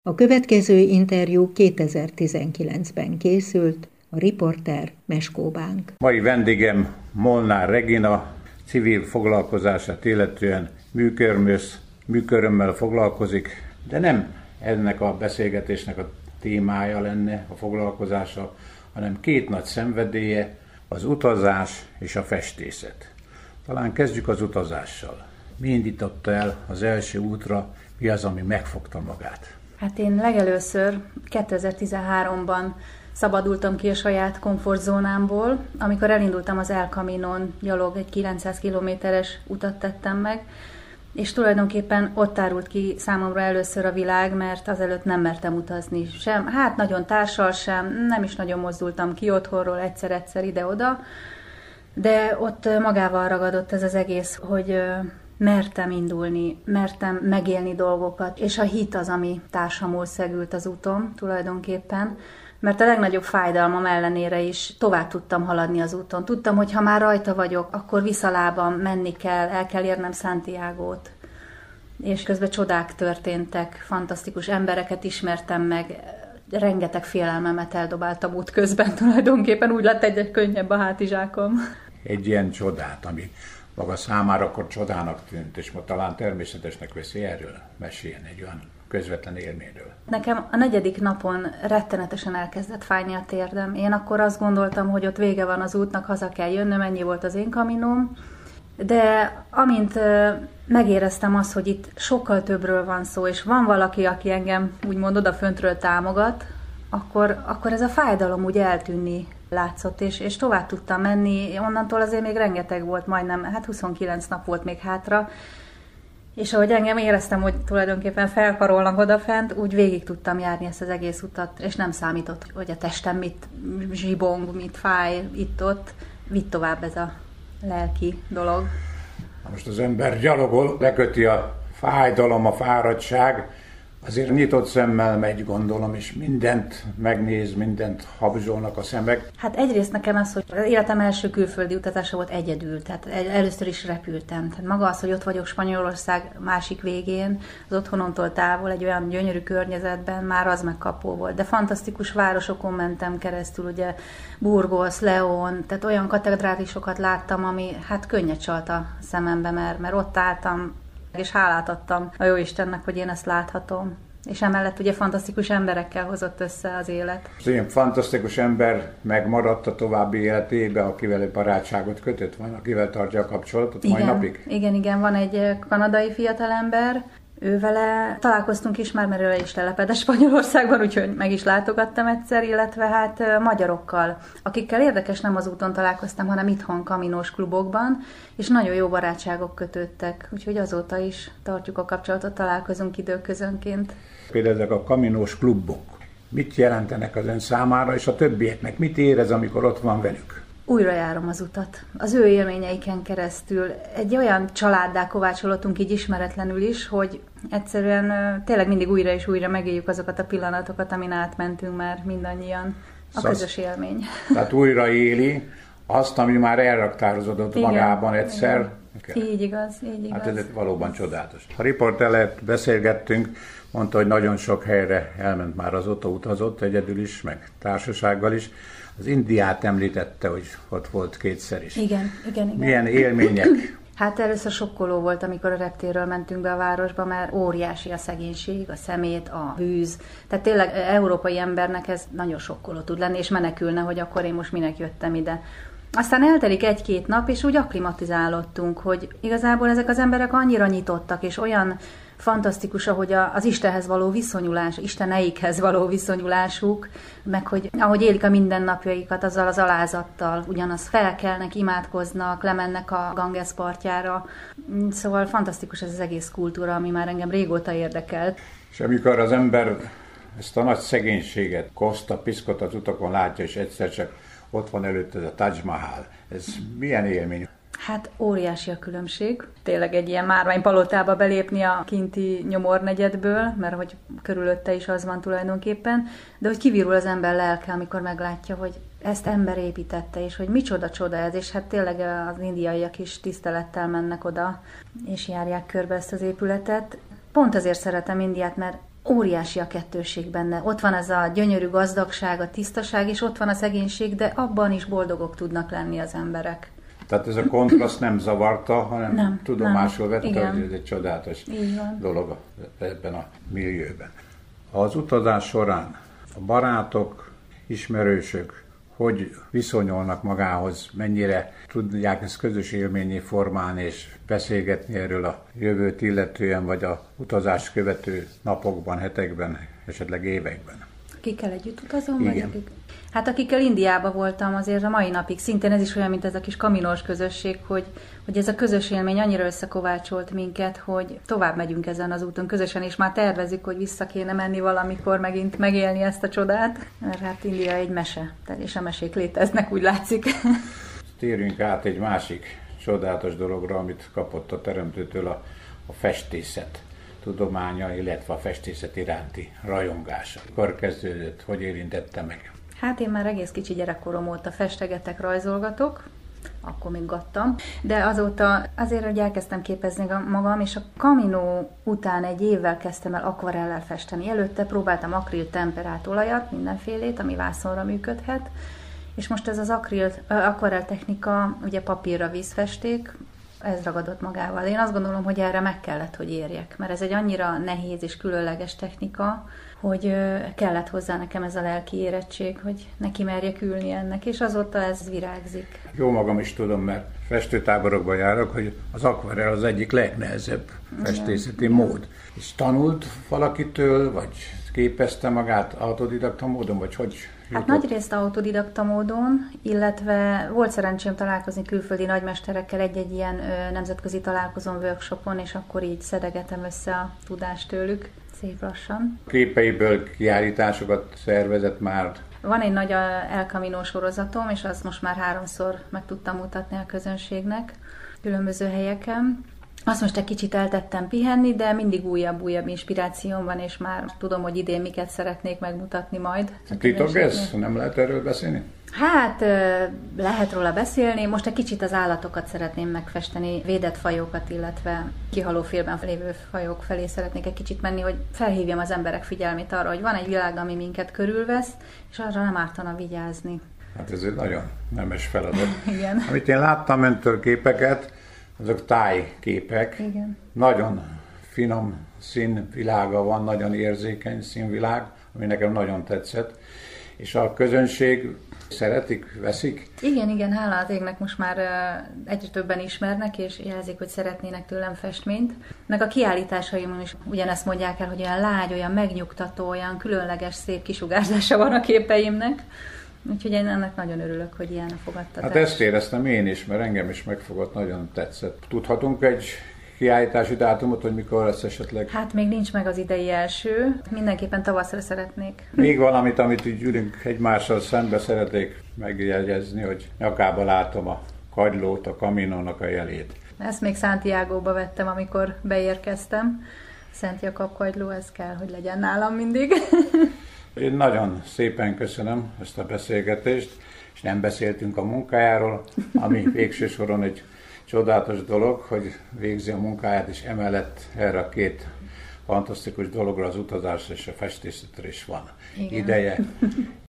A következő interjú 2019-ben készült, a riporter Meskóbánk. Mai vendégem Molnár Regina, civil foglalkozását illetően műkörömmel foglalkozik, de nem ennek a beszélgetésnek a témája lenne a foglalkozása, hanem két nagy szenvedélye, az utazás és a festészet. Talán kezdjük az utazással. Mi indította el az első útra, mi az, ami megfogta magát? Hát én legelőször 2013-ban szabadultam ki a saját komfortzónámból, amikor elindultam az El Caminon gyalog, egy 900 kilométeres utat tettem meg, és tulajdonképpen ott árult ki számomra először a világ, mert azelőtt nem mertem utazni sem, hát nagyon társal sem, nem is nagyon mozdultam ki otthonról egyszer-egyszer ide-oda, de ott magával ragadott ez az egész, hogy mertem indulni, mertem megélni dolgokat, és a hit az, ami társamul szegült az úton tulajdonképpen, mert a legnagyobb fájdalmam ellenére is tovább tudtam haladni az úton. Tudtam, hogy ha már rajta vagyok, akkor visszalábam menni kell, el kell érnem Santiagót. És közben csodák történtek, fantasztikus embereket ismertem meg, rengeteg félelmemet eldobáltam útközben tulajdonképpen, úgy lett egy könnyebb a hátizsákom. Egy ilyen csodát, ami maga számára akkor csodának tűnt, és ma talán természetesnek veszi, erről meséljen egy olyan közvetlen élményről. Nekem a 4. napon rettenetesen elkezdett fájni a térdem. Én akkor azt gondoltam, hogy ott vége van az útnak, haza kell jönnöm, ennyi volt az én kaminóm. De amint megéreztem azt, hogy itt sokkal többről van szó, és van valaki, aki engem úgymond odaföntről támogat, akkor ez a fájdalom úgy eltűnni látszott, és tovább tudtam menni. Onnantól azért még rengeteg volt, majdnem, 29 nap volt még hátra, és ahogy engem éreztem, hogy tulajdonképpen felkarolnak odafent, úgy végig tudtam járni ezt az egész utat, és nem számított, hogy a testem mit zsibong, mit fáj itt-ott, vitt tovább ez a lelki dolog. Most az ember gyalogol, leköti a fájdalom, a fáradtság, azért nyitott szemmel megy, gondolom, és mindent megnéz, mindent habzsolnak a szemek. Hát egyrészt nekem az, hogy az életem első külföldi utazása volt egyedül, tehát először is repültem. Tehát maga az, hogy ott vagyok Spanyolország másik végén, az otthonomtól távol, egy olyan gyönyörű környezetben, már az megkapó volt. De fantasztikus városokon mentem keresztül, ugye Burgos, León, tehát olyan katedrálisokat láttam, ami hát könnyed csalt a szemembe, mert ott álltam, és hálát adtam a Jóistennek, hogy én ezt láthatom. És emellett ugye fantasztikus emberekkel hozott össze az élet. Az ilyen fantasztikus ember megmaradt a további életébe, akivel egy barátságot kötött van, akivel tartja a kapcsolatot mai napig? Igen, van egy kanadai fiatalember, ővele találkoztunk is már, mert ő is telepedett Spanyolországban, úgyhogy meg is látogattam egyszer, illetve hát magyarokkal, akikkel érdekes nem az úton találkoztam, hanem itthon kaminós klubokban, és nagyon jó barátságok kötődtek, úgyhogy azóta is tartjuk a kapcsolatot, találkozunk időközönként. Például ezek a kaminós klubok, mit jelentenek az ön számára, és a többieknek mit érez, amikor ott van velük? Újra járom az utat. Az ő élményeiken keresztül egy olyan családdá kovácsolódtunk így ismeretlenül is, hogy egyszerűen tényleg mindig újra és újra megéljük azokat a pillanatokat, amin átmentünk már mindannyian. A közös élmény. Tehát újra éli azt, ami már elraktározódott magában egyszer. Igen. Így igaz. Hát ez valóban csodálatos. A riporterrel beszélgettünk, mondta, hogy nagyon sok helyre elment már azóta, utazott egyedül is, meg társasággal is. Az Indiát említette, hogy ott volt kétszer is. Igen. Milyen élmények? Hát először sokkoló volt, amikor a reptérről mentünk be a városba, mert óriási a szegénység, a szemét, a bűz. Tehát tényleg európai embernek ez nagyon sokkoló tud lenni, és menekülne, hogy akkor én most minek jöttem ide. Aztán eltelik 1-2 nap, és úgy akklimatizálódtunk, hogy igazából ezek az emberek annyira nyitottak, és olyan fantasztikus, ahogy az Istenhez való viszonyulás, isteneikhez való viszonyulásuk, meg hogy ahogy élik a mindennapjaikat azzal az alázattal, ugyanaz felkelnek, imádkoznak, lemennek a Ganges partjára. Szóval fantasztikus ez az egész kultúra, ami már engem régóta érdekel. És amikor az ember ezt a nagy szegénységet, koszta, piszkot az utakon látja, és egyszer csak ott van előtt ez a Taj Mahal, ez milyen élmény? Hát óriási a különbség. Tényleg egy ilyen márványpalotába belépni a kinti nyomornegyedből, mert hogy körülötte is az van tulajdonképpen, de hogy kivirul az ember lelke, amikor meglátja, hogy ezt ember építette, és hogy micsoda csoda ez, és hát tényleg az indiaiak is tisztelettel mennek oda, és járják körbe ezt az épületet. Pont azért szeretem Indiát, mert óriási a kettőség benne. Ott van ez a gyönyörű gazdagság, a tisztaság, és ott van a szegénység, de abban is boldogok tudnak lenni az emberek. Tehát ez a kontraszt nem zavarta, hanem tudomásul vette, hogy ez egy csodálatos dolog ebben a millióben. Az utazás során a barátok, ismerősök hogy viszonyolnak magához, mennyire tudják ezt közös élményé formálni és beszélgetni erről a jövőt illetően, vagy a utazást követő napokban, hetekben, esetleg években. Akikkel együtt utazom? Igen. Vagy hát akikkel Indiában voltam azért a mai napig, szintén ez is olyan, mint ez a kis kaminós közösség, hogy ez a közös élmény annyira összekovácsolt minket, hogy tovább megyünk ezen az úton közösen, és már tervezzük, hogy vissza kéne menni valamikor megint megélni ezt a csodát, mert hát India egy mese, és a mesék léteznek, úgy látszik. Térjünk át egy másik csodálatos dologra, amit kapott a Teremtőtől a festészet tudománya, illetve a festészet iránti rajongása. Mikor kezdődött, hogy érintette meg? Hát én már egész kicsi gyerekkorom óta festegetek, rajzolgatok, akkor még gattam, de azóta azért, hogy elkezdtem képezni magam, és a Camino után egy évvel kezdtem el akvarellel festeni. Előtte próbáltam akril temperált olajat, mindenfélét, ami vászonra működhet, és most ez az akvarell technika, ugye papírra vízfesték, ez ragadott magával. Én azt gondolom, hogy erre meg kellett, hogy érjek, mert ez egy annyira nehéz és különleges technika, hogy kellett hozzá nekem ez a lelki érettség, hogy neki merjek ülni ennek, és azóta ez virágzik. Jó magam is tudom, mert festőtáborokban járok, hogy az akvarell az egyik legnehezebb festészeti mód. És tanult valakitől, vagy képezte magát autodidakta módon, vagy hogy jutott? Hát nagyrészt autodidakta módon, illetve volt szerencsém találkozni külföldi nagymesterekkel egy-egy ilyen nemzetközi találkozón, workshopon, és akkor így szedegetem össze a tudást tőlük, szép lassan. Képeiből kiállításokat szervezett már? Van egy nagy El Camino sorozatom, és azt most már 3-szor meg tudtam mutatni a közönségnek különböző helyeken. Azt most egy kicsit eltettem pihenni, de mindig újabb inspirációm van, és már tudom, hogy idén miket szeretnék megmutatni majd. Titok ez? Nem lehet erről beszélni? Hát lehet róla beszélni. Most egy kicsit az állatokat szeretném megfesteni, védett fajokat, illetve kihaló félben lévő fajok felé szeretnék egy kicsit menni, hogy felhívjam az emberek figyelmét arra, hogy van egy világ, ami minket körülvesz, és arra nem ártana vigyázni. Hát ez egy nagyon nemes feladat. Igen. Amit én láttam öntől képeket, azok tájképek. Igen. Nagyon finom színvilága van, nagyon érzékeny színvilág, ami nekem nagyon tetszett. És a közönség szeretik, veszik? Igen, hála az égnek most már egyre többen ismernek, és jelzik, hogy szeretnének tőlem festményt. Meg a kiállításaimon is ugyanezt mondják el, hogy olyan lágy, olyan megnyugtató, olyan különleges, szép kisugárzása van a képeimnek. Úgyhogy én ennek nagyon örülök, hogy ilyen a fogadtatás. Hát ezt éreztem én is, mert engem is megfogott, nagyon tetszett. Tudhatunk egy kiállítási dátumot, hogy mikor lesz esetleg? Hát még nincs meg az idei első, mindenképpen tavaszra szeretnék. Még valamit, amit így ülünk egymással szembe, szeretnék megjegyezni, hogy nyakába látom a kagylót, a Caminónak a jelét. Ezt még Santiago-ba vettem, amikor beérkeztem. Szent Jakab kagyló, ez kell, hogy legyen nálam mindig. Én nagyon szépen köszönöm ezt a beszélgetést, és nem beszéltünk a munkájáról, ami végső soron egy csodálatos dolog, hogy végzi a munkáját, és emellett erre a két fantasztikus dologra, az utazásra és a festészetre is van ideje.